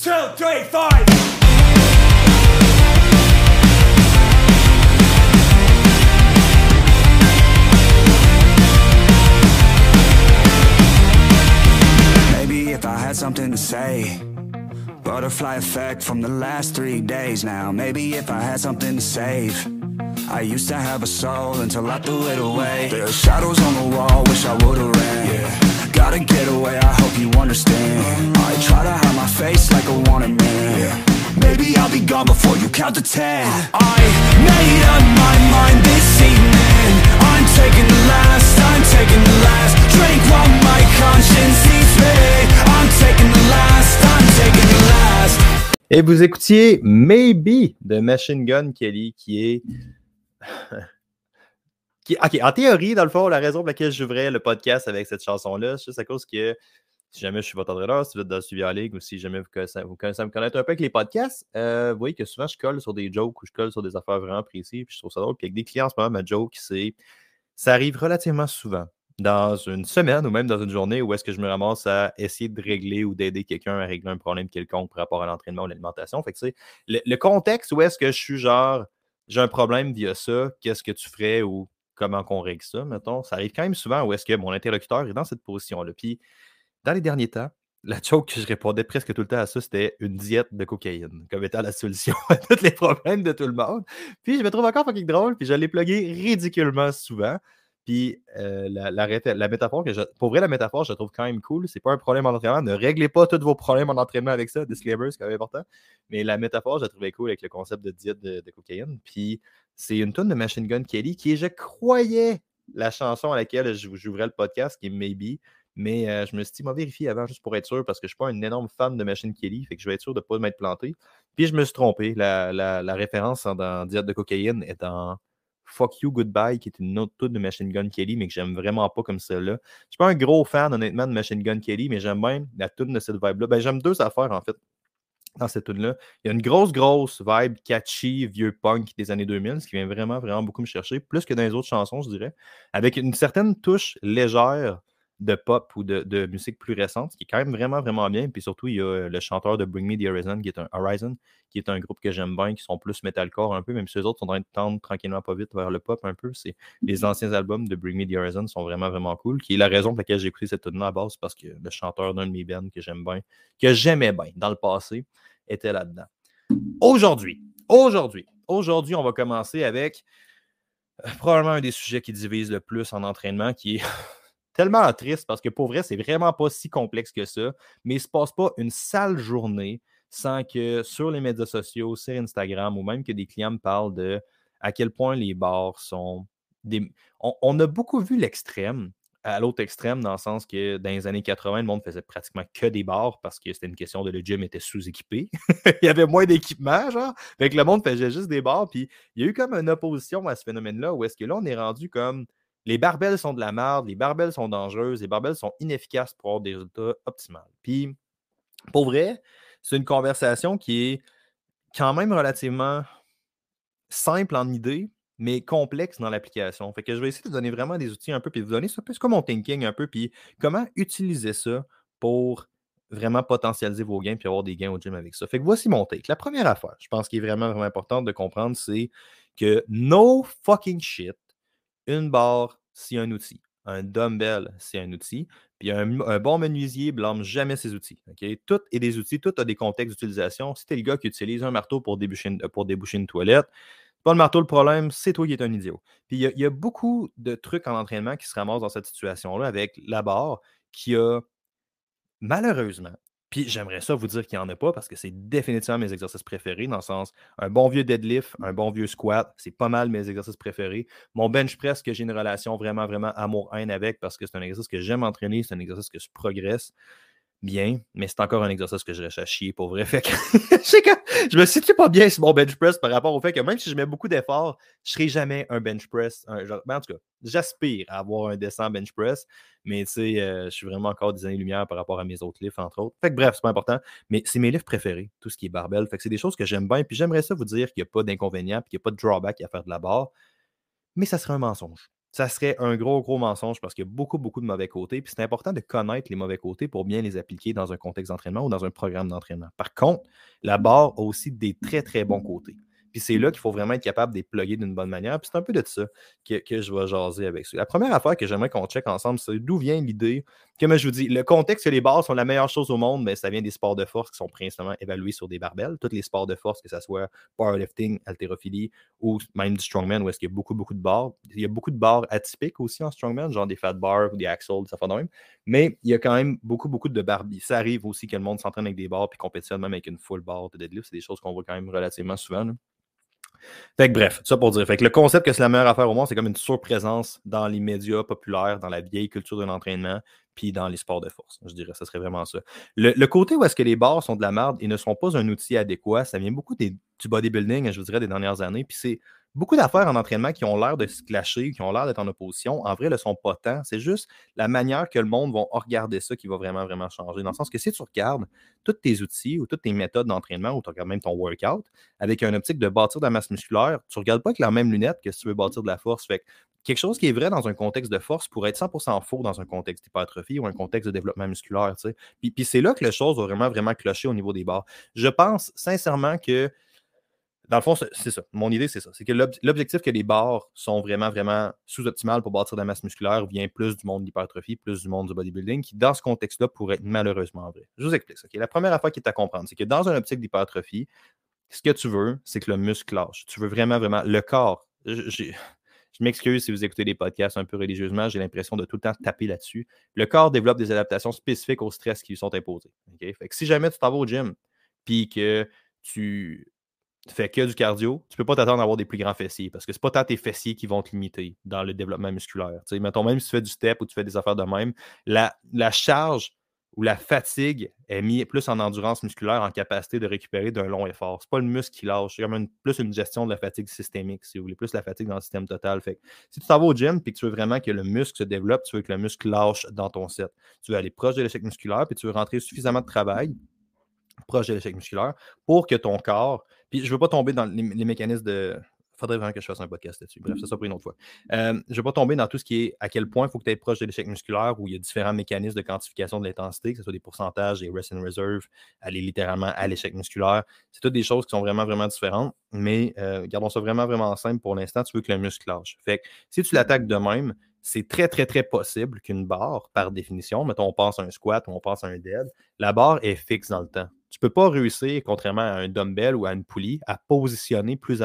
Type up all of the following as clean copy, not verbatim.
2, 3, 5. Maybe if I had something to say. Butterfly effect from the last 3 days now. Maybe if I had something to save. I used to have a soul until I threw it away. There are shadows on the wall, wish I would've ran. Yeah. Gotta get away, I hope you understand. I try to hide my face like a wanted man. Yeah. Maybe I'll be gone before you count to 10. I made up my mind this evening. I'm taking the last, I'm taking the last drink while my conscience eats me. I'm taking the last, I'm taking the last. Et vous écoutiez Maybe de Machine Gun Kelly, qui est... OK, en théorie, dans le fond, la raison pour laquelle j'ouvrais le podcast avec cette chanson-là, c'est juste à cause que si jamais je suis votre entraîneur, si vous êtes dans le suivi en ligue ou si jamais vous commencez à me connaître un peu avec les podcasts, vous voyez que souvent je colle sur des jokes ou je colle sur des affaires vraiment précises, puis je trouve ça drôle. Puis avec des clients en ce moment, ma joke, c'est ça arrive relativement souvent dans une semaine ou même dans une journée où est-ce que je me ramasse à essayer de régler ou d'aider quelqu'un à régler un problème quelconque par rapport à l'entraînement ou l'alimentation. Fait que c'est le contexte où est-ce que je suis genre, j'ai un problème via ça, qu'est-ce que tu ferais ou comment qu'on règle ça, mettons. Ça arrive quand même souvent où est-ce que mon interlocuteur est dans cette position-là. Puis, dans les derniers temps, la joke que je répondais presque tout le temps à ça, c'était une diète de cocaïne, comme étant la solution à tous les problèmes de tout le monde. Puis, je me trouve encore fucking drôle, puis je l'ai plugué ridiculement souvent. Puis, la métaphore, pour vrai, la métaphore, je la trouve quand même cool. C'est pas un problème en entraînement. Ne réglez pas tous vos problèmes en entraînement avec ça. Disclaimer, c'est quand même important. Mais la métaphore, je la trouvais cool avec le concept de diète de cocaïne. Puis, c'est une tune de Machine Gun Kelly qui est, je croyais, la chanson à laquelle j'ouvrais le podcast, qui est Maybe. Mais je me suis dit, m'a vérifié avant juste pour être sûr, parce que je suis pas un énorme fan de Machine Kelly, fait que je vais être sûr de ne pas m'être planté. Puis je me suis trompé. La référence dans Diète de cocaïne est en Fuck You Goodbye, qui est une autre tune de Machine Gun Kelly, mais que j'aime vraiment pas comme celle-là. Je suis pas un gros fan, honnêtement, de Machine Gun Kelly, mais j'aime bien la tune de cette vibe-là. Ben, j'aime deux affaires, en fait, dans cette tune-là. Il y a une grosse vibe catchy, vieux punk des années 2000, ce qui vient vraiment, vraiment beaucoup me chercher, plus que dans les autres chansons, je dirais, avec une certaine touche légère de pop ou de musique plus récente, ce qui est quand même vraiment, vraiment bien. Puis surtout, il y a le chanteur de Bring Me the Horizon, qui est un groupe que j'aime bien, qui sont plus metalcore un peu, même si les autres sont en train de tendre tranquillement pas vite vers le pop un peu. Les anciens albums de Bring Me the Horizon sont vraiment, vraiment cool, qui est la raison pour laquelle j'ai écouté cette tune-là à base, parce que le chanteur d'un de mes bands que j'aime bien, que j'aimais bien dans le passé, était là-dedans. Aujourd'hui, on va commencer avec probablement un des sujets qui divise le plus en entraînement, qui est tellement triste parce que pour vrai, c'est vraiment pas si complexe que ça, mais il ne se passe pas une sale journée sans que sur les médias sociaux, sur Instagram, ou même que des clients me parlent de à quel point les bars sont des... On a beaucoup vu l'extrême, à l'autre extrême, dans le sens que dans les années 80, le monde faisait pratiquement que des bars parce que c'était une question de le gym était sous-équipé. Il y avait moins d'équipement, genre. Fait que le monde faisait juste des bars. Puis il y a eu comme une opposition à ce phénomène-là où est-ce que là, on est rendu comme les barbelles sont de la merde, les barbelles sont dangereuses, les barbelles sont inefficaces pour avoir des résultats optimaux. Puis, pour vrai, c'est une conversation qui est quand même relativement simple en idée, mais complexe dans l'application. Fait que je vais essayer de donner vraiment des outils un peu, puis de vous donner ça, c'est comme mon thinking un peu, puis comment utiliser ça pour vraiment potentialiser vos gains puis avoir des gains au gym avec ça. Fait que voici mon take. La première affaire, je pense qu'il est vraiment, vraiment importante de comprendre, c'est que no fucking shit, une barre, c'est un outil. Un dumbbell, c'est un outil. Puis un bon menuisier ne blâme jamais ses outils. Okay? Tout est des outils, tout a des contextes d'utilisation. Si tu es le gars qui utilise un marteau pour déboucher une toilette, c'est pas le marteau le problème, c'est toi qui es un idiot. Puis il y a beaucoup de trucs en entraînement qui se ramassent dans cette situation-là avec la barre qui a malheureusement, puis j'aimerais ça vous dire qu'il n'y en a pas parce que c'est définitivement mes exercices préférés, dans le sens, un bon vieux deadlift, un bon vieux squat, c'est pas mal mes exercices préférés. Mon bench press, que j'ai une relation vraiment, vraiment amour-haine avec parce que c'est un exercice que j'aime entraîner, c'est un exercice que je progresse bien, mais c'est encore un exercice que je reste à chier pour vrai. Fait que je me situe pas bien sur mon bench press par rapport au fait que même si je mets beaucoup d'efforts, je serai jamais un bench press. En tout cas, j'aspire à avoir un décent bench press, mais tu sais, je suis vraiment encore des années-lumière par rapport à mes autres lifts, entre autres. Fait que bref, c'est pas important, mais c'est mes lifts préférés, tout ce qui est barbell. Fait que c'est des choses que j'aime bien, puis j'aimerais ça vous dire qu'il n'y a pas d'inconvénient, puis qu'il n'y a pas de drawback à faire de la barre, mais ça serait un mensonge. ça serait un gros mensonge parce qu'il y a beaucoup de mauvais côtés. Puis c'est important de connaître les mauvais côtés pour bien les appliquer dans un contexte d'entraînement ou dans un programme d'entraînement. Par contre, la barre a aussi des très bons côtés. Puis c'est là qu'il faut vraiment être capable de les plugger d'une bonne manière. Puis c'est un peu de ça que je vais jaser avec ça. La première affaire que j'aimerais qu'on check ensemble, c'est d'où vient l'idée. Comme je vous dis, le contexte que les barres sont la meilleure chose au monde, mais ça vient des sports de force qui sont principalement évalués sur des barbelles. Tous les sports de force, que ce soit powerlifting, haltérophilie ou même du strongman, où est-ce qu'il y a beaucoup de barres. Il y a beaucoup de barres atypiques aussi en strongman, genre des fat bars ou des axles, ça fait de même. Mais il y a quand même beaucoup de barbies. Ça arrive aussi que le monde s'entraîne avec des barres puis compétitionne même avec une full bar de deadlift. C'est des choses qu'on voit quand même relativement souvent, là. Fait que bref, ça pour dire. Fait que le concept que c'est la meilleure affaire au monde, c'est comme une surprésence dans les médias populaires, dans la vieille culture de l'entraînement, puis dans les sports de force. Je dirais, ça serait vraiment ça. Le côté où est-ce que les bars sont de la merde et ne sont pas un outil adéquat, ça vient beaucoup du bodybuilding, je vous dirais, des dernières années. Puis c'est beaucoup d'affaires en entraînement qui ont l'air de se clasher, qui ont l'air d'être en opposition. En vrai, ne le sont pas tant. C'est juste la manière que le monde va regarder ça qui va vraiment changer. Dans le sens que si tu regardes tous tes outils ou toutes tes méthodes d'entraînement ou tu regardes même ton workout avec un optique de bâtir de la masse musculaire, tu ne regardes pas avec la même lunette que si tu veux bâtir de la force. Fait que quelque chose qui est vrai dans un contexte de force pourrait être 100% faux dans un contexte d'hypertrophie ou un contexte de développement musculaire. Puis c'est là que les choses vont vraiment clocher au niveau des barres. Je pense sincèrement que dans le fond, c'est ça. Mon idée, c'est ça. C'est que l'objectif que les barres sont vraiment sous-optimales pour bâtir de la masse musculaire vient plus du monde de l'hypertrophie, plus du monde du bodybuilding, qui, dans ce contexte-là, pourrait être malheureusement vrai. Je vous explique ça. Okay? La première affaire qui est à comprendre, c'est que dans une optique d'hypertrophie, ce que tu veux, c'est que le muscle lâche. Tu veux vraiment le corps. Je m'excuse si vous écoutez des podcasts un peu religieusement, j'ai l'impression de tout le temps taper là-dessus. Le corps développe des adaptations spécifiques au stress qui lui sont imposés. Okay? Fait que si jamais tu t'en vas au gym, puis que tu fais que du cardio, tu ne peux pas t'attendre à avoir des plus grands fessiers parce que c'est pas tant tes fessiers qui vont te limiter dans le développement musculaire. T'sais, mettons, même si tu fais du step ou tu fais des affaires de même, la charge ou la fatigue est mise plus en endurance musculaire, en capacité de récupérer d'un long effort. C'est pas le muscle qui lâche, c'est comme plus une gestion de la fatigue systémique, si vous voulez, plus la fatigue dans le système total. Fait que, si tu t'en vas au gym et que tu veux vraiment que le muscle se développe, tu veux que le muscle lâche dans ton set. Tu veux aller proche de l'échec musculaire puis tu veux rentrer suffisamment de travail proche de l'échec musculaire pour que ton corps. Puis je ne veux pas tomber dans les mécanismes de. Il faudrait vraiment que je fasse un podcast là-dessus. Bref, ça sera pour une autre fois. Je ne veux pas tomber dans tout ce qui est à quel point il faut que tu aies proche de l'échec musculaire où il y a différents mécanismes de quantification de l'intensité, que ce soit des pourcentages, des rest and reserve, aller littéralement à l'échec musculaire. C'est toutes des choses qui sont vraiment différentes, mais gardons ça vraiment simple pour l'instant. Tu veux que le muscle lâche. Fait que si tu l'attaques de même, c'est très possible qu'une barre, par définition, mettons on passe à un squat ou on passe à un dead, la barre est fixe dans le temps. Tu ne peux pas réussir, contrairement à un dumbbell ou à une poulie, à positionner plus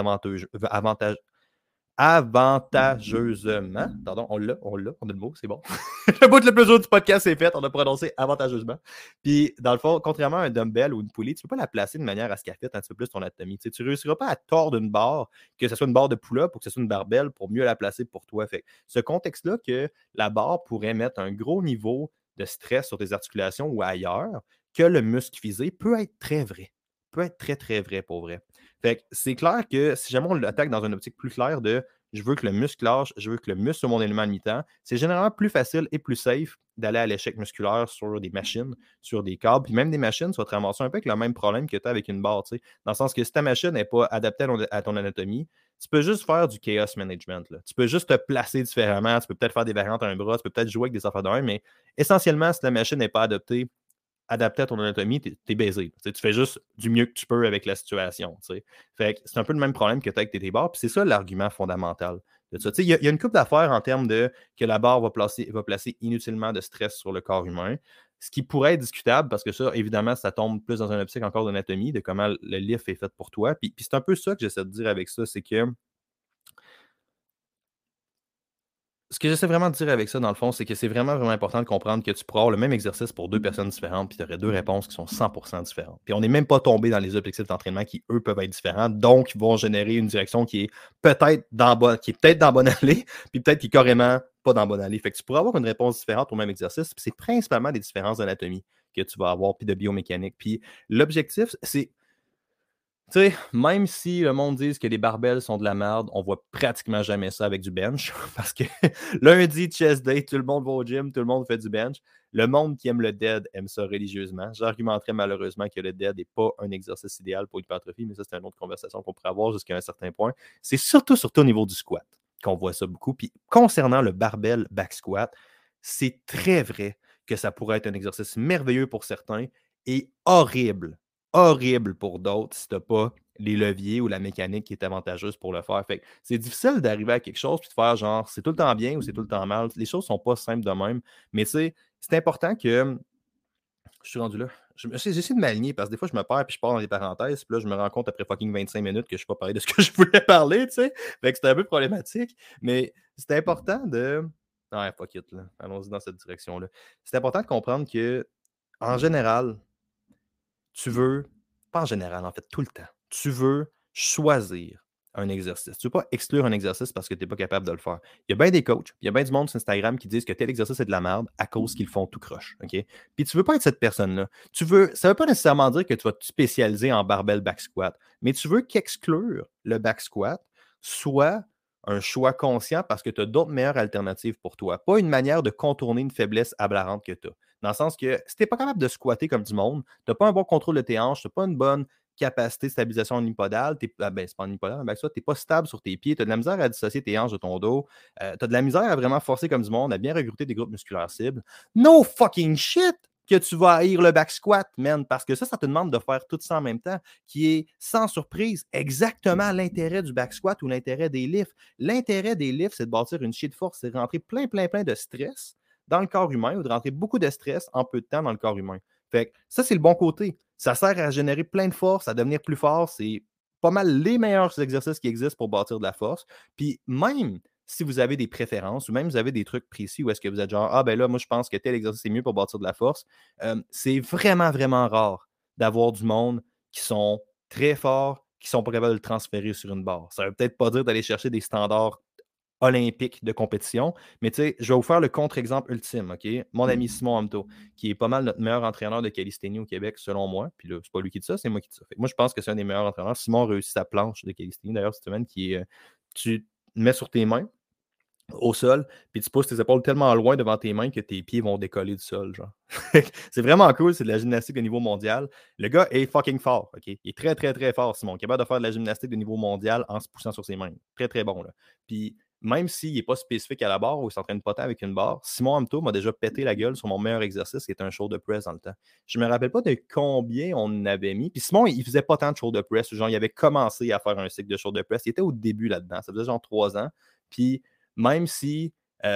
avantageusement. Pardon, on a le mot, c'est bon. Le bout le plus haut du podcast, c'est fait, on a prononcé avantageusement. Puis, dans le fond, contrairement à un dumbbell ou une poulie, tu ne peux pas la placer de manière à ce qu'elle fitte un petit peu plus ton anatomie. Tu ne réussiras pas à tordre une barre, que ce soit une barre de pull-up ou que ce soit une barbelle, pour mieux la placer pour toi. Fait ce contexte-là, que la barre pourrait mettre un gros niveau de stress sur tes articulations ou ailleurs, que le muscle visé peut être très vrai. Peut être très vrai pour vrai. Fait que c'est clair que si jamais on l'attaque dans une optique plus claire de je veux que le muscle lâche, je veux que le muscle soit mon élément limitant, c'est généralement plus facile et plus safe d'aller à l'échec musculaire sur des machines, sur des câbles. Puis même des machines, tu vas te ramasser un peu avec le même problème que tu as avec une barre. T'sais. Dans le sens que si ta machine n'est pas adaptée à ton anatomie, tu peux juste faire du chaos management. Là. Tu peux juste te placer différemment. Tu peux peut-être faire des variantes à un bras, tu peux peut-être jouer avec des affaires d'un, mais essentiellement, si la machine n'est pas adaptée à ton anatomie, t'es baisé. Tu fais juste du mieux que tu peux avec la situation. T'sais. Fait que c'est un peu le même problème que tu as avec tes barres. Puis c'est ça l'argument fondamental de ça. Il y a une couple d'affaires en termes de que la barre va placer inutilement de stress sur le corps humain. Ce qui pourrait être discutable parce que ça, évidemment, ça tombe plus dans un optique encore d'anatomie, de comment le lift est fait pour toi. Puis c'est un peu ça que j'essaie de dire avec ça, c'est que ce que j'essaie vraiment de dire avec ça, dans le fond, c'est que c'est vraiment important de comprendre que tu pourras avoir le même exercice pour deux personnes différentes, puis tu aurais deux réponses qui sont 100% différentes. Puis on n'est même pas tombé dans les objectifs d'entraînement qui, eux, peuvent être différents, donc vont générer une direction qui est peut-être dans la bonne allée, puis peut-être qui est carrément pas dans la bonne allée. Fait que tu pourras avoir une réponse différente au même exercice, puis c'est principalement des différences d'anatomie que tu vas avoir, puis de biomécanique. Puis l'objectif, c'est tu sais, même si le monde dise que les barbelles sont de la merde, on voit pratiquement jamais ça avec du bench. Parce que lundi, chest day, tout le monde va au gym, tout le monde fait du bench. Le monde qui aime le dead aime ça religieusement. J'argumenterais malheureusement que le dead n'est pas un exercice idéal pour l'hypertrophie, mais ça, c'est une autre conversation qu'on pourrait avoir jusqu'à un certain point. C'est surtout au niveau du squat. qu'on voit ça beaucoup. Puis concernant le barbell back squat, c'est très vrai que ça pourrait être un exercice merveilleux pour certains et horrible pour d'autres si tu n'as pas les leviers ou la mécanique qui est avantageuse pour le faire. Fait que c'est difficile d'arriver à quelque chose puis de faire genre c'est tout le temps bien ou c'est tout le temps mal. Les choses ne sont pas simples de même. Mais tu sais, c'est important que. Je suis rendu là. J'essaie de m'aligner parce que des fois, je me perds puis je pars dans les parenthèses. Puis là, je me rends compte après fucking 25 minutes que je ne suis pas parlé de ce que je voulais parler, tu sais. Fait que c'était un peu problématique. Mais c'est important de. Ouais, fuck it, là. Allons-y dans cette direction-là. C'est important de comprendre que, en général, tu veux, pas en général, en fait, tout le temps, tu veux choisir un exercice. Tu ne veux pas exclure un exercice parce que tu n'es pas capable de le faire. Il y a bien des coachs, il y a bien du monde sur Instagram qui disent que tel exercice est de la merde à cause qu'ils font tout croche. OK? Puis tu ne veux pas être cette personne-là. Ça ne veut pas nécessairement dire que tu vas te spécialiser en barbell back squat, mais tu veux qu'exclure le back squat soit un choix conscient parce que tu as d'autres meilleures alternatives pour toi. Pas une manière de contourner une faiblesse aberrante que tu as. Dans le sens que si tu n'es pas capable de squatter comme du monde, tu n'as pas un bon contrôle de tes hanches, tu n'as pas une bonne capacité de stabilisation en unipodale, c'est pas en unipodale, mais tu n'es pas stable sur tes pieds, tu as de la misère à dissocier tes hanches de ton dos, tu as de la misère à vraiment forcer comme du monde, à bien recruter des groupes musculaires cibles. No fucking shit que tu vas haïr le back squat, man, parce que ça te demande de faire tout ça en même temps, qui est, sans surprise, exactement l'intérêt du back squat ou l'intérêt des lifts. L'intérêt des lifts, c'est de bâtir une shit force, c'est de rentrer plein de stress dans le corps humain ou de rentrer beaucoup de stress en peu de temps dans le corps humain. Fait que ça, c'est le bon côté. Ça sert à générer plein de force, à devenir plus fort. C'est pas mal les meilleurs exercices qui existent pour bâtir de la force. Puis même si vous avez des préférences ou même vous avez des trucs précis où est-ce que vous êtes genre, ah ben là, moi je pense que tel exercice est mieux pour bâtir de la force, c'est vraiment rare d'avoir du monde qui sont très forts, qui sont pas capables de le transférer sur une barre. Ça veut peut-être pas dire d'aller chercher des standards olympique de compétition. Mais tu sais, je vais vous faire le contre-exemple ultime, OK? Mon ami Simon Hamto, qui est pas mal notre meilleur entraîneur de calisthénie au Québec, selon moi. Puis là, c'est pas lui qui dit ça, c'est moi qui dis ça. Fait que moi, je pense que c'est un des meilleurs entraîneurs. Simon a réussi sa planche de calisthénie, d'ailleurs, cette semaine, qui est tu mets sur tes mains au sol, puis tu pousses tes épaules tellement loin devant tes mains que tes pieds vont décoller du sol, genre. C'est vraiment cool, c'est de la gymnastique de niveau mondial. Le gars est fucking fort, OK? Il est très fort, Simon. Capable de faire de la gymnastique de niveau mondial en se poussant sur ses mains. Très bon, là. Puis même s'il n'est pas spécifique à la barre ou il s'entraîne pas tant avec une barre, Simon Hamto m'a déjà pété la gueule sur mon meilleur exercice, qui est un shoulder press dans le temps. Je me rappelle pas de combien on avait mis. Puis Simon, il faisait pas tant de shoulder press. Genre, il avait commencé à faire un cycle de shoulder press. Il était au début là-dedans. Ça faisait genre 3 ans. Puis même si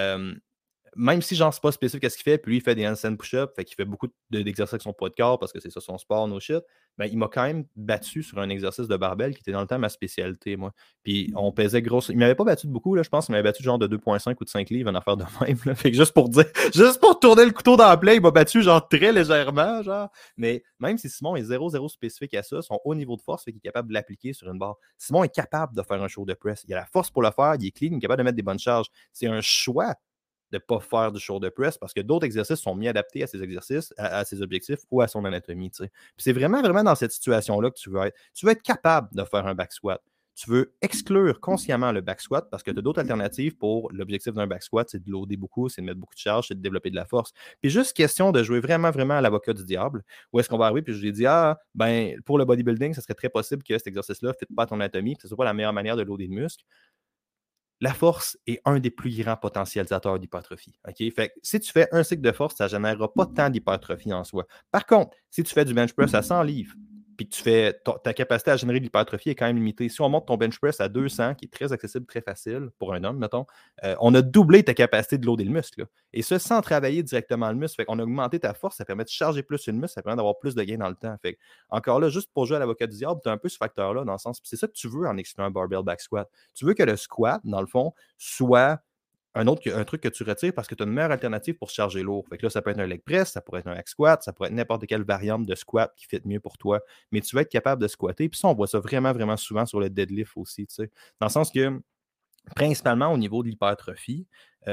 genre, c'est pas spécifique à ce qu'il fait, puis lui, il fait des handstand push-ups, fait qu'il fait beaucoup d'exercices avec son poids de corps parce que c'est ça son sport, no shit. Ben, il m'a quand même battu sur un exercice de barbell qui était dans le temps ma spécialité, moi. Puis on pesait gros. Il m'avait pas battu de beaucoup, là, je pense qu'il m'avait battu genre de 2,5 ou de 5 livres, une affaire de même. Là. Fait que juste pour tourner le couteau dans la plaie, il m'a battu genre très légèrement, genre. Mais même si Simon est 0,0 spécifique à ça, son haut niveau de force fait qu'il est capable de l'appliquer sur une barre. Simon est capable de faire un shoulder press. Il a la force pour le faire, il est clean, il est capable de mettre des bonnes charges. C'est un choix de ne pas faire du shoulder press parce que d'autres exercices sont mieux adaptés à ses exercices, à ses objectifs ou à son anatomie. Puis c'est vraiment dans cette situation-là que tu veux être. Tu veux être capable de faire un back squat. Tu veux exclure consciemment le back squat parce que tu as d'autres alternatives pour l'objectif d'un back squat, c'est de loader beaucoup, c'est de mettre beaucoup de charge, c'est de développer de la force. Puis juste question de jouer vraiment à l'avocat du diable. Où est-ce qu'on va arriver? Puis je lui ai dit, pour le bodybuilding, ça serait très possible que cet exercice-là ne fitte pas à ton anatomie, que ce ne soit pas la meilleure manière de loader le muscle. La force est un des plus grands potentialisateurs d'hypertrophie. Okay? Fait que si tu fais un cycle de force, ça ne générera pas tant d'hypertrophie en soi. Par contre, si tu fais du bench press à 100 livres, puis que tu fais ta capacité à générer de l'hypertrophie est quand même limitée. Si on monte ton bench press à 200, qui est très accessible, très facile pour un homme, mettons, on a doublé ta capacité de loader le muscle. Là. Et ça, sans travailler directement le muscle. Fait qu'on a augmenté ta force, ça permet de charger plus une muscle, ça permet d'avoir plus de gains dans le temps. Fait encore là, juste pour jouer à l'avocat du diable, tu as un peu ce facteur-là dans le sens. C'est ça que tu veux en excluant un barbell back squat. Tu veux que le squat, dans le fond, soit un truc que tu retires parce que tu as une meilleure alternative pour se charger lourd. Fait que là, ça peut être un leg press, ça pourrait être un hack squat, ça pourrait être n'importe quelle variante de squat qui fait mieux pour toi. Mais tu vas être capable de squatter. Puis ça, on voit ça vraiment souvent sur le deadlift aussi. Tu sais. Dans le sens que, principalement au niveau de l'hypertrophie,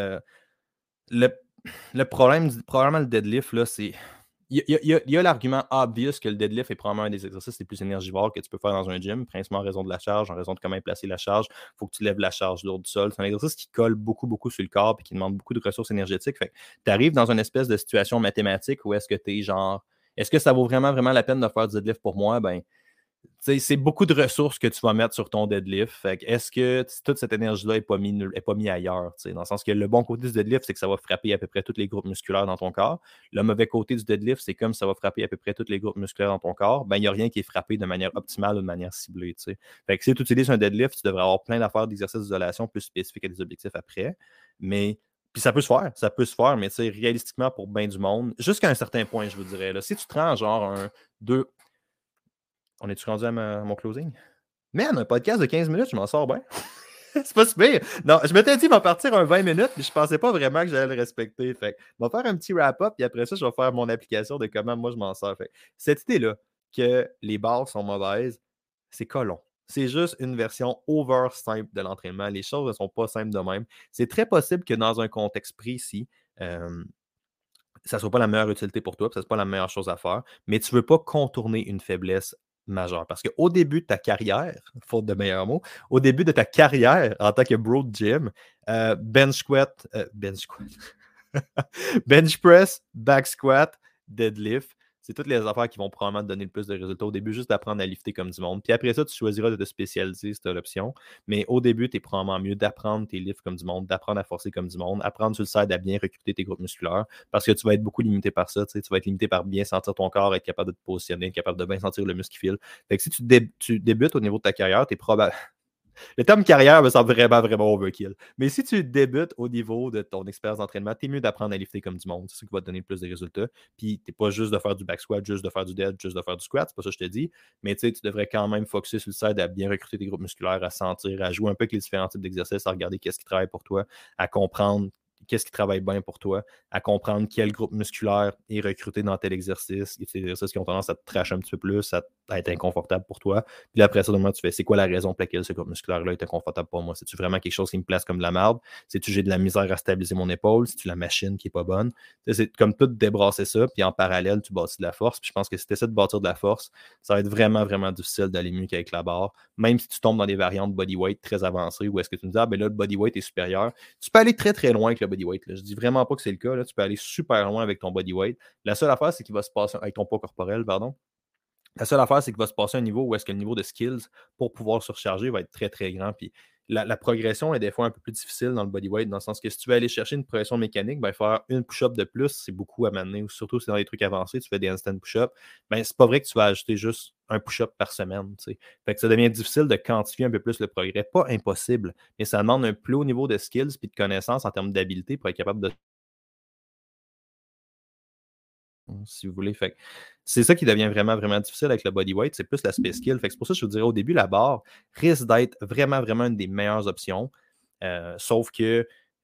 le problème, probablement le deadlift, là, c'est. Il y a l'argument obvious que le deadlift est probablement un des exercices les plus énergivores que tu peux faire dans un gym, principalement en raison de la charge, en raison de comment placer la charge. Il faut que tu lèves la charge lourde du sol. C'est un exercice qui colle beaucoup sur le corps et qui demande beaucoup de ressources énergétiques. Fait que tu arrives dans une espèce de situation mathématique où est-ce que tu es genre, est-ce que ça vaut vraiment la peine de faire du deadlift pour moi? Ben, c'est beaucoup de ressources que tu vas mettre sur ton deadlift. Fait que est-ce que toute cette énergie-là n'est pas mise ailleurs? Dans le sens que le bon côté du deadlift, c'est que ça va frapper à peu près tous les groupes musculaires dans ton corps. Le mauvais côté du deadlift, c'est comme ça va frapper à peu près tous les groupes musculaires dans ton corps. Ben, il n'y a rien qui est frappé de manière optimale ou de manière ciblée. Fait que si tu utilises un deadlift, tu devrais avoir plein d'affaires d'exercices d'isolation plus spécifiques à des objectifs après. Mais puis ça peut se faire, mais réalistiquement, pour bien du monde, jusqu'à un certain point, je vous dirais. Là, si tu te rends genre un 2. On est-tu rendu à mon closing? Man, un podcast de 15 minutes, je m'en sors bien. C'est pas si pire. Non, je m'étais dit, il va partir un 20 minutes, mais je pensais pas vraiment que j'allais le respecter. Fait on va faire un petit wrap-up, puis après ça, je vais faire mon application de comment moi je m'en sors. Fait cette idée-là, que les barres sont mauvaises, c'est colon. C'est juste une version over simple de l'entraînement. Les choses ne sont pas simples de même. C'est très possible que dans un contexte précis, ça ne soit pas la meilleure utilité pour toi, ça ne soit pas la meilleure chose à faire, mais tu ne veux pas contourner une faiblesse majeure. Parce qu'au début de ta carrière, faute de meilleurs mots, au début de ta carrière en tant que bro de gym, bench press, back squat, deadlift, c'est toutes les affaires qui vont probablement te donner le plus de résultats. Au début, juste d'apprendre à lifter comme du monde. Puis après ça, tu choisiras de te spécialiser si tu as l'option. Mais au début, tu es probablement mieux d'apprendre tes lifts comme du monde, d'apprendre à forcer comme du monde, apprendre sur le side à bien recruter tes groupes musculaires parce que tu vas être beaucoup limité par ça. Tu vas être limité par bien sentir ton corps, être capable de te positionner, être capable de bien sentir le muscle qui file. Fait que si tu débutes au niveau de ta carrière, tu es probable. Le terme carrière me semble vraiment, vraiment overkill. Mais si tu débutes au niveau de ton expérience d'entraînement, t'es mieux d'apprendre à lifter comme du monde. C'est ça qui va te donner le plus de résultats. Puis t'es pas juste de faire du back squat, juste de faire du dead, juste de faire du squat. C'est pas ça que je te dis. Mais tu devrais quand même focuser sur le side à bien recruter tes groupes musculaires, à sentir, à jouer un peu avec les différents types d'exercices, à regarder qu'est-ce qui travaille pour toi, à comprendre qu'est-ce qui travaille bien pour toi, à comprendre quel groupe musculaire est recruté dans tel exercice. Il y a des exercices qui ont tendance à te tracher un petit peu plus, à être inconfortable pour toi. Puis après ça, tu fais, c'est quoi la raison pour laquelle ce groupe musculaire-là est inconfortable pour moi? C'est-tu vraiment quelque chose qui me place comme de la merde? C'est-tu j'ai de la misère à stabiliser mon épaule? C'est-tu la machine qui n'est pas bonne? C'est comme tout débrasser ça, puis en parallèle, tu bâtis de la force. Puis je pense que si tu essaies de bâtir de la force, ça va être vraiment, vraiment difficile d'aller mieux qu'avec la barre. Même si tu tombes dans des variantes bodyweight très avancées, où est-ce que tu me dis, ah ben là, le bodyweight est supérieur, tu peux aller très, très loin avec le bodyweight. Je dis vraiment pas que c'est le cas. Là. Tu peux aller super loin avec ton bodyweight. La seule affaire, c'est qu'il va se passer avec ton poids corporel, pardon. La seule affaire, c'est qu'il va se passer un niveau où est-ce que le niveau de skills pour pouvoir surcharger va être très, très grand. Puis la progression est des fois un peu plus difficile dans le bodyweight, dans le sens que si tu veux aller chercher une progression mécanique, ben, faire une push-up de plus, c'est beaucoup à m'amener. Surtout si c'est dans les trucs avancés, tu fais des instant push-up, ben, c'est pas vrai que tu vas ajouter juste un push-up par semaine. T'sais. Fait que ça devient difficile de quantifier un peu plus le progrès. Pas impossible, mais ça demande un plus haut niveau de skills et de connaissances en termes d'habileté pour être capable de si vous voulez. Fait c'est ça qui devient vraiment, vraiment difficile avec le bodyweight, c'est plus l'aspect skill. Fait que c'est pour ça que je vous dirais au début, la barre risque d'être vraiment, vraiment une des meilleures options. Sauf que,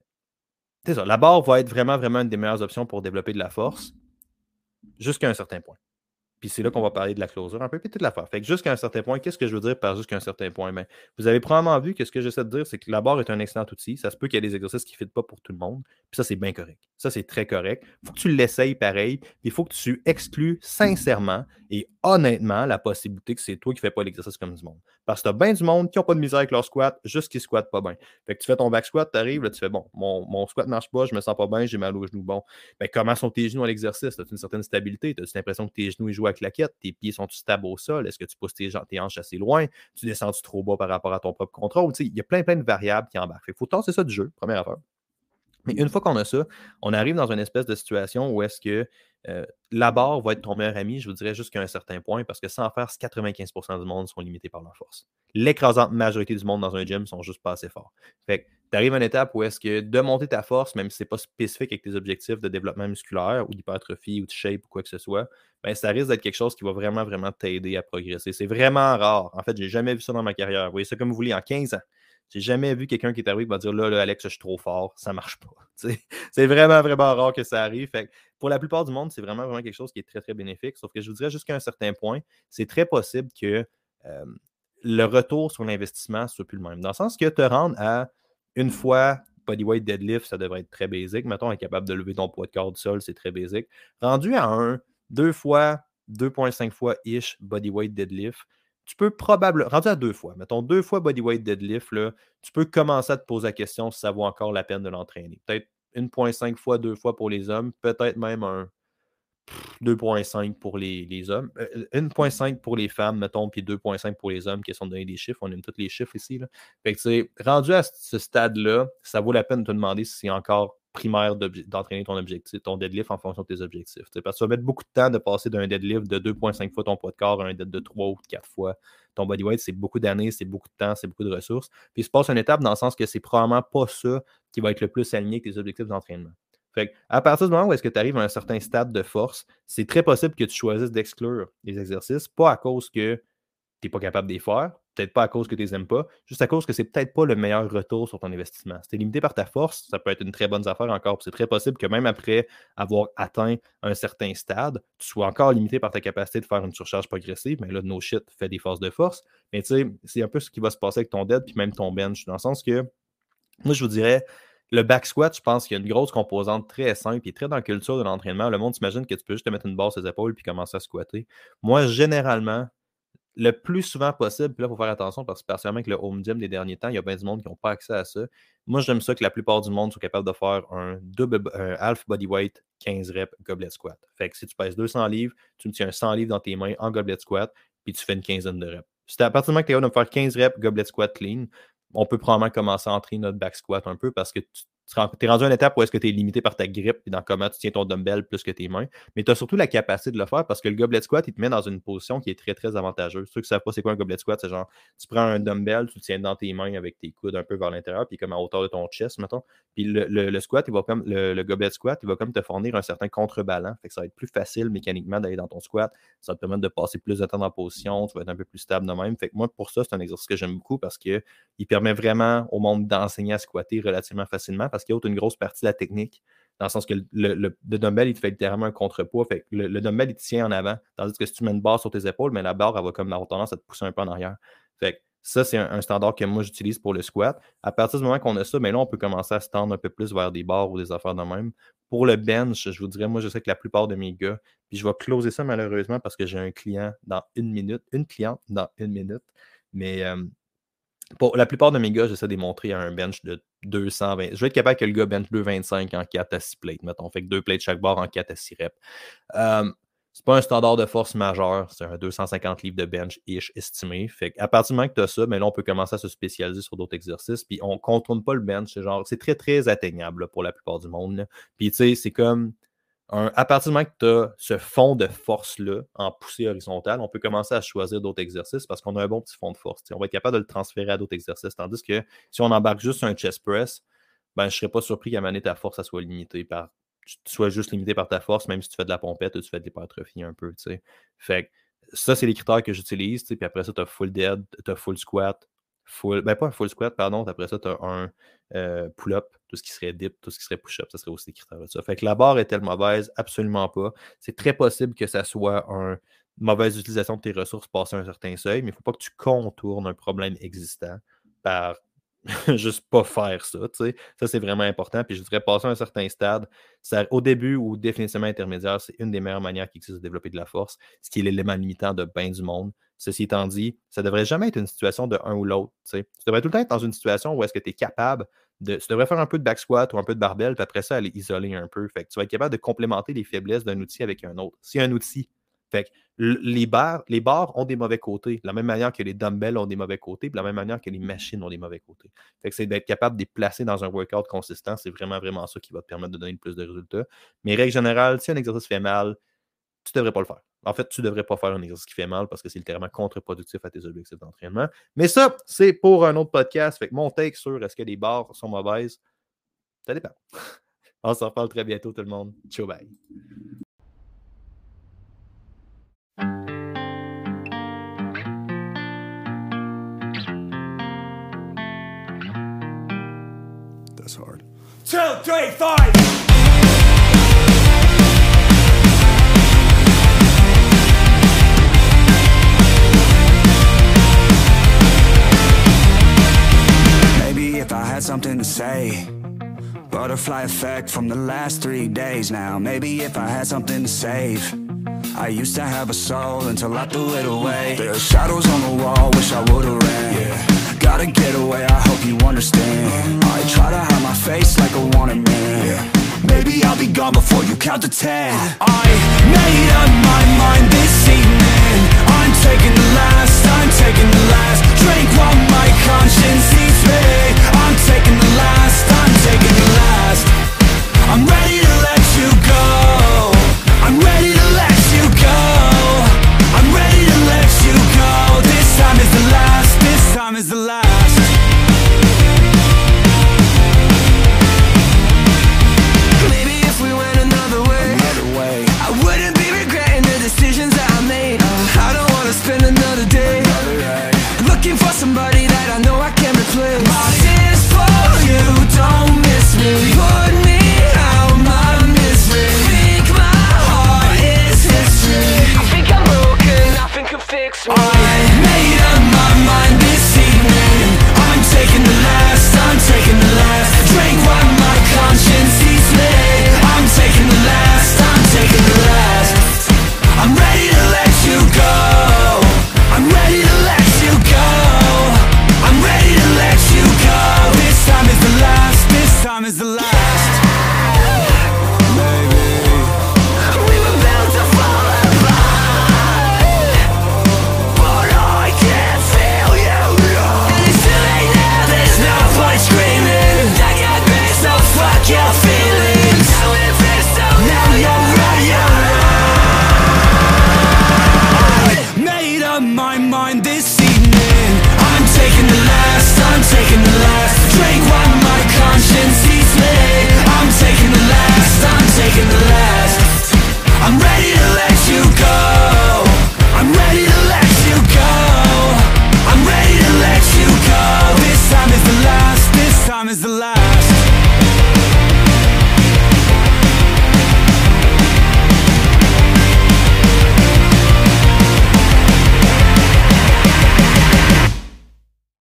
c'est ça, la barre va être vraiment, vraiment une des meilleures options pour développer de la force jusqu'à un certain point. Puis c'est là qu'on va parler de la closure un peu, puis toute l'affaire. Fait que jusqu'à un certain point, qu'est-ce que je veux dire par jusqu'à un certain point? Ben, vous avez probablement vu que ce que j'essaie de dire, c'est que la barre est un excellent outil. Ça se peut qu'il y ait des exercices qui ne fitent pas pour tout le monde. Puis ça, c'est bien correct. Ça, c'est très correct. Il faut que tu l'essayes pareil. Puis il faut que tu exclues sincèrement et honnêtement la possibilité que c'est toi qui ne fais pas l'exercice comme du monde. Parce que tu as bien du monde qui n'ont pas de misère avec leur squat, juste qu'ils ne squattent pas bien. Fait que tu fais ton back squat, tu arrives, là, tu fais bon, mon squat ne marche pas, je me sens pas bien, j'ai mal aux genoux. Bon, ben, comment sont tes genoux à l'exercice? As-tu une certaine stabilité? As-tu l'impression que tes genoux ils jouent à claquette? Tes pieds sont-tu stables au sol? Est-ce que tu pousses tes hanches assez loin? Tu descends-tu trop bas par rapport à ton propre contrôle? Il y a plein, plein de variables qui embarquent. Il faut tasser ça du jeu, première affaire. Mais une fois qu'on a ça, on arrive dans une espèce de situation où est-ce que la barre va être ton meilleur ami, je vous dirais jusqu'à un certain point, parce que sans faire, 95% du monde sont limités par leur force. L'écrasante majorité du monde dans un gym sont juste pas assez forts. Fait que tu arrives à une étape où est-ce que de monter ta force, même si ce n'est pas spécifique avec tes objectifs de développement musculaire ou d'hypertrophie ou de shape ou quoi que ce soit, ben, ça risque d'être quelque chose qui va vraiment, vraiment t'aider à progresser. C'est vraiment rare. En fait, je n'ai jamais vu ça dans ma carrière. Vous voyez ça comme vous voulez, en 15 ans. J'ai jamais vu quelqu'un qui est arrivé et va dire là, Alex, je suis trop fort, ça marche pas. C'est vraiment, vraiment rare que ça arrive. Fait que pour la plupart du monde, c'est vraiment, vraiment quelque chose qui est très, très bénéfique. Sauf que je vous dirais jusqu'à un certain point, c'est très possible que le retour sur l'investissement ne soit plus le même. Dans le sens que te rendre à une fois bodyweight deadlift, ça devrait être très basique. Mettons, être capable de lever ton poids de corps du sol, c'est très basique. Rendu à 2 fois, 2,5 fois ish bodyweight deadlift, tu peux probablement, rendu à 2 fois, mettons 2 fois bodyweight deadlift, là, tu peux commencer à te poser la question si ça vaut encore la peine de l'entraîner. Peut-être 1,5 fois, 2 fois pour les hommes, peut-être même un 2,5 pour les hommes, 1,5 pour les femmes, mettons, puis 2,5 pour les hommes, qui sont donnés des chiffres. On aime tous les chiffres ici. Là. Fait que, tu sais, rendu à ce stade-là, ça vaut la peine de te demander si c'est encore primaire d'entraîner ton objectif, ton deadlift en fonction de tes objectifs. Parce que tu vas mettre beaucoup de temps de passer d'un deadlift de 2,5 fois ton poids de corps à un deadlift de 3 ou 4 fois ton bodyweight. C'est beaucoup d'années, c'est beaucoup de temps, c'est beaucoup de ressources. Puis il se passe une étape dans le sens que c'est probablement pas ça qui va être le plus aligné avec tes objectifs d'entraînement. Fait à partir du moment où est-ce que tu arrives à un certain stade de force, c'est très possible que tu choisisses d'exclure les exercices, pas à cause que tu n'es pas capable de les faire, peut-être pas à cause que tu les aimes pas, juste à cause que c'est peut-être pas le meilleur retour sur ton investissement. Si tu es limité par ta force, ça peut être une très bonne affaire encore. C'est très possible que même après avoir atteint un certain stade, tu sois encore limité par ta capacité de faire une surcharge progressive. Mais là, no shit, fais des forces de force. Mais tu sais, c'est un peu ce qui va se passer avec ton dead puis même ton bench, dans le sens que, moi, je vous dirais, le back squat, je pense qu'il y a une grosse composante très simple et très dans la culture de l'entraînement. Le monde s'imagine que tu peux juste te mettre une barre sur les épaules puis commencer à squatter. Moi, généralement, le plus souvent possible, puis là, il faut faire attention parce que particulièrement avec le home gym des derniers temps, il y a bien du monde qui n'ont pas accès à ça. Moi, j'aime ça que la plupart du monde soit capable de faire un half bodyweight 15 reps goblet squat. Fait que si tu pèses 200 livres, tu me tiens un 100 livres dans tes mains en goblet squat, puis tu fais une quinzaine de reps. Si à partir du moment que tu es capable de me faire 15 reps goblet squat clean, on peut probablement commencer à entraîner notre back squat un peu parce que tu es rendu à une étape où est-ce que tu es limité par ta grippe et dans comment tu tiens ton dumbbell plus que tes mains. Mais tu as surtout la capacité de le faire parce que le goblet squat, il te met dans une position qui est très, très avantageuse. Ceux qui ne savent pas c'est quoi un goblet squat, c'est genre, tu prends un dumbbell, tu le tiens dans tes mains avec tes coudes un peu vers l'intérieur, puis comme à hauteur de ton chest, mettons. Puis le squat, il va comme le goblet squat, il va comme te fournir un certain contrebalance. Fait que ça va être plus facile mécaniquement d'aller dans ton squat. Ça va te permettre de passer plus de temps dans la position, tu vas être un peu plus stable de même. Fait que moi, pour ça, c'est un exercice que j'aime beaucoup parce qu'il permet vraiment au monde d'enseigner à squatter relativement facilement parce qu'il y a une grosse partie de la technique, dans le sens que le dumbbell, il te fait littéralement un contrepoids. Fait que le dumbbell, il te tient en avant. Tandis que si tu mets une barre sur tes épaules, mais la barre, elle va comme avoir tendance à te pousser un peu en arrière. Fait que ça, c'est un standard que moi, j'utilise pour le squat. À partir du moment qu'on a ça, mais là, on peut commencer à se tendre un peu plus vers des barres ou des affaires de même. Pour le bench, je vous dirais, moi, je sais que la plupart de mes gars, puis je vais closer ça malheureusement parce que j'ai un client dans 1 minute, une cliente dans 1 minute, mais pour la plupart de mes gars, j'essaie de les montrer à un bench de 220. Je vais être capable que le gars bench 225 en 4 à 6 plates, mettons. Fait que 2 plates chaque barre en 4 à 6 reps. C'est pas un standard de force majeur, c'est un 250 livres de bench-ish estimé. Fait qu'à partir du moment que tu as ça, mais là, on peut commencer à se spécialiser sur d'autres exercices. Puis on ne contourne pas le bench. C'est très, très atteignable là, pour la plupart du monde. Là. Puis tu sais, c'est comme à partir du moment que tu as ce fond de force-là en poussée horizontale, on peut commencer à choisir d'autres exercices parce qu'on a un bon petit fond de force. On va être capable de le transférer à d'autres exercices. Tandis que si on embarque juste sur un chest press, ben, je ne serais pas surpris qu'à un moment donné, ta force soit limitée par. Tu sois juste limité par ta force, même si tu fais de la pompette ou tu fais de l'hypertrophie un peu. T'sais. Fait que ça, c'est les critères que j'utilise. Puis après ça, tu as full dead, tu as full squat, pas un full squat, pardon. Après ça, tu as un pull-up, tout ce qui serait dip, tout ce qui serait push-up. Ça serait aussi des critères de ça. Fait que la barre est-elle mauvaise? Absolument pas. C'est très possible que ça soit une mauvaise utilisation de tes ressources passé un certain seuil, mais il ne faut pas que tu contournes un problème existant par juste pas faire ça, tu sais. Ça, c'est vraiment important. Puis je dirais, passer à un certain stade, au début ou définitivement intermédiaire, c'est une des meilleures manières qui existe de développer de la force, ce qui est l'élément limitant de bien du monde. Ceci étant dit, ça ne devrait jamais être une situation de un ou l'autre, tu sais. Tu devrais tout le temps être dans une situation où est-ce que tu es capable de. Tu devrais faire un peu de back squat ou un peu de barbell, puis après ça, aller isoler un peu. Fait que tu vas être capable de complémenter les faiblesses d'un outil avec un autre. Si un outil. Fait que les barres ont des mauvais côtés, de la même manière que les dumbbells ont des mauvais côtés, de la même manière que les machines ont des mauvais côtés. Fait que c'est d'être capable de les placer dans un workout consistant, c'est vraiment, vraiment ça qui va te permettre de donner le plus de résultats. Mais règle générale, si un exercice fait mal, tu ne devrais pas le faire. En fait, tu ne devrais pas faire un exercice qui fait mal parce que c'est littéralement contre-productif à tes objectifs d'entraînement. Mais ça, c'est pour un autre podcast. Fait que mon take sur est-ce que les barres sont mauvaises, ça dépend. On se reparle très bientôt tout le monde. Ciao, bye. That's hard. 2, 3, 4. Maybe if I had something to say. Butterfly effect from the last 3 days now. Maybe if I had something to save. I used to have a soul until I threw it away. There are shadows on the wall, wish I would've ran. Yeah. Gotta get away, I hope you understand. I try to hide my face like a wanted man. Yeah. Maybe Baby, I'll be gone before you count to 10. I made up my mind this evening. I'm taking the last drink while my conscience eats me. I'm taking the last